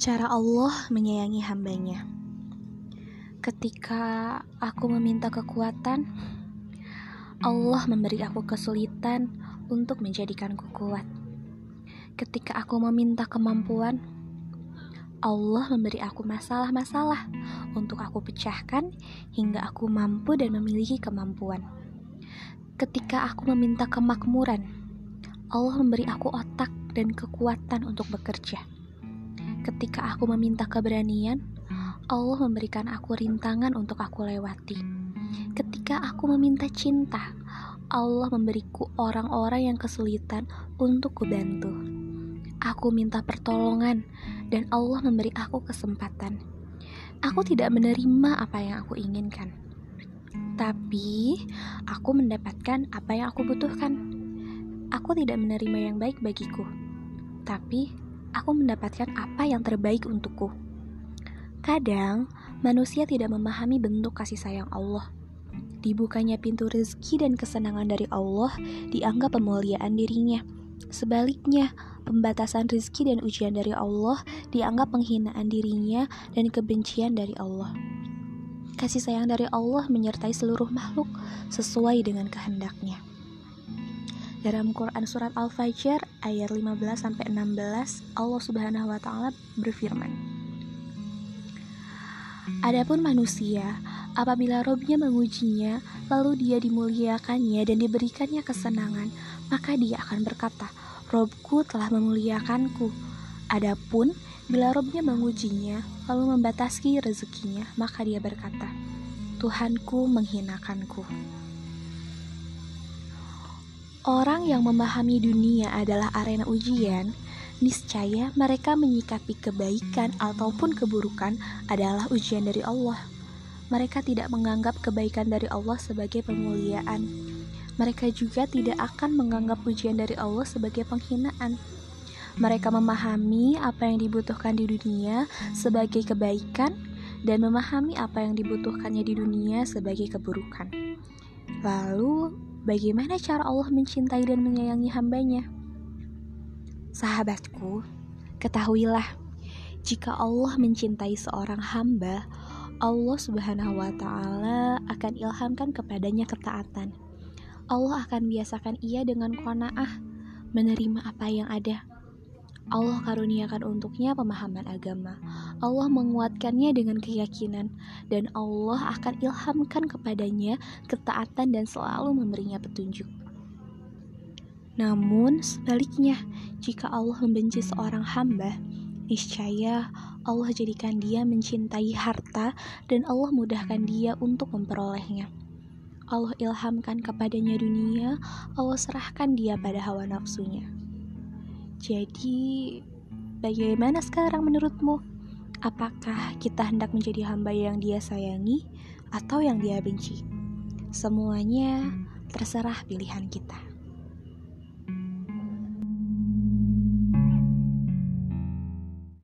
Cara Allah menyayangi hambanya. Ketika aku meminta kekuatan, Allah memberi aku kesulitan untuk menjadikanku kuat. Ketika aku meminta kemampuan, Allah memberi aku masalah-masalah untuk aku pecahkan hingga aku mampu dan memiliki kemampuan. Ketika aku meminta kemakmuran, Allah memberi aku otak dan kekuatan untuk bekerja. Ketika aku meminta keberanian, Allah memberikan aku rintangan untuk aku lewati. Ketika aku meminta cinta, Allah memberiku orang-orang yang kesulitan untuk kubantu. Aku minta pertolongan, dan Allah memberi aku kesempatan. Aku tidak menerima apa yang aku inginkan, tapi aku mendapatkan apa yang aku butuhkan. Aku tidak menerima yang baik bagiku, tapi aku mendapatkan apa yang terbaik untukku. Kadang, manusia tidak memahami bentuk kasih sayang Allah. Dibukanya pintu rezeki dan kesenangan dari Allah dianggap pemuliaan dirinya. Sebaliknya, pembatasan rezeki dan ujian dari Allah dianggap penghinaan dirinya dan kebencian dari Allah. Kasih sayang dari Allah menyertai seluruh makhluk sesuai dengan kehendaknya. Dalam Quran Surat Al-Fajr ayat 15-16, Allah Subhanahu wa Ta'ala berfirman, "Adapun manusia, apabila Robnya mengujinya, lalu dia dimuliakannya dan diberikannya kesenangan, maka dia akan berkata, Robku telah memuliakanku. Adapun bila Robnya mengujinya, lalu membatasi rezekinya, maka dia berkata, Tuhanku menghinakanku." Orang yang memahami dunia adalah arena ujian, niscaya mereka menyikapi kebaikan ataupun keburukan adalah ujian dari Allah. Mereka tidak menganggap kebaikan dari Allah sebagai pemuliaan. Mereka juga tidak akan menganggap ujian dari Allah sebagai penghinaan. Mereka memahami apa yang dibutuhkan di dunia sebagai kebaikan dan memahami apa yang dibutuhkannya di dunia sebagai keburukan. Lalu, bagaimana cara Allah mencintai dan menyayangi hambanya? Sahabatku, ketahuilah, jika Allah mencintai seorang hamba, Allah Subhanahu wa Ta'ala akan ilhamkan kepadanya ketaatan. Allah akan biasakan ia dengan qanaah, menerima apa yang ada. Allah karuniakan untuknya pemahaman agama. Allah menguatkannya dengan keyakinan, dan Allah akan ilhamkan kepadanya ketaatan dan selalu memberinya petunjuk. Namun sebaliknya, jika Allah membenci seorang hamba, niscaya Allah jadikan dia mencintai harta dan Allah mudahkan dia untuk memperolehnya. Allah ilhamkan kepadanya dunia, Allah serahkan dia pada hawa nafsunya. Jadi, bagaimana sekarang menurutmu? Apakah kita hendak menjadi hamba yang dia sayangi atau yang dia benci? Semuanya terserah pilihan kita.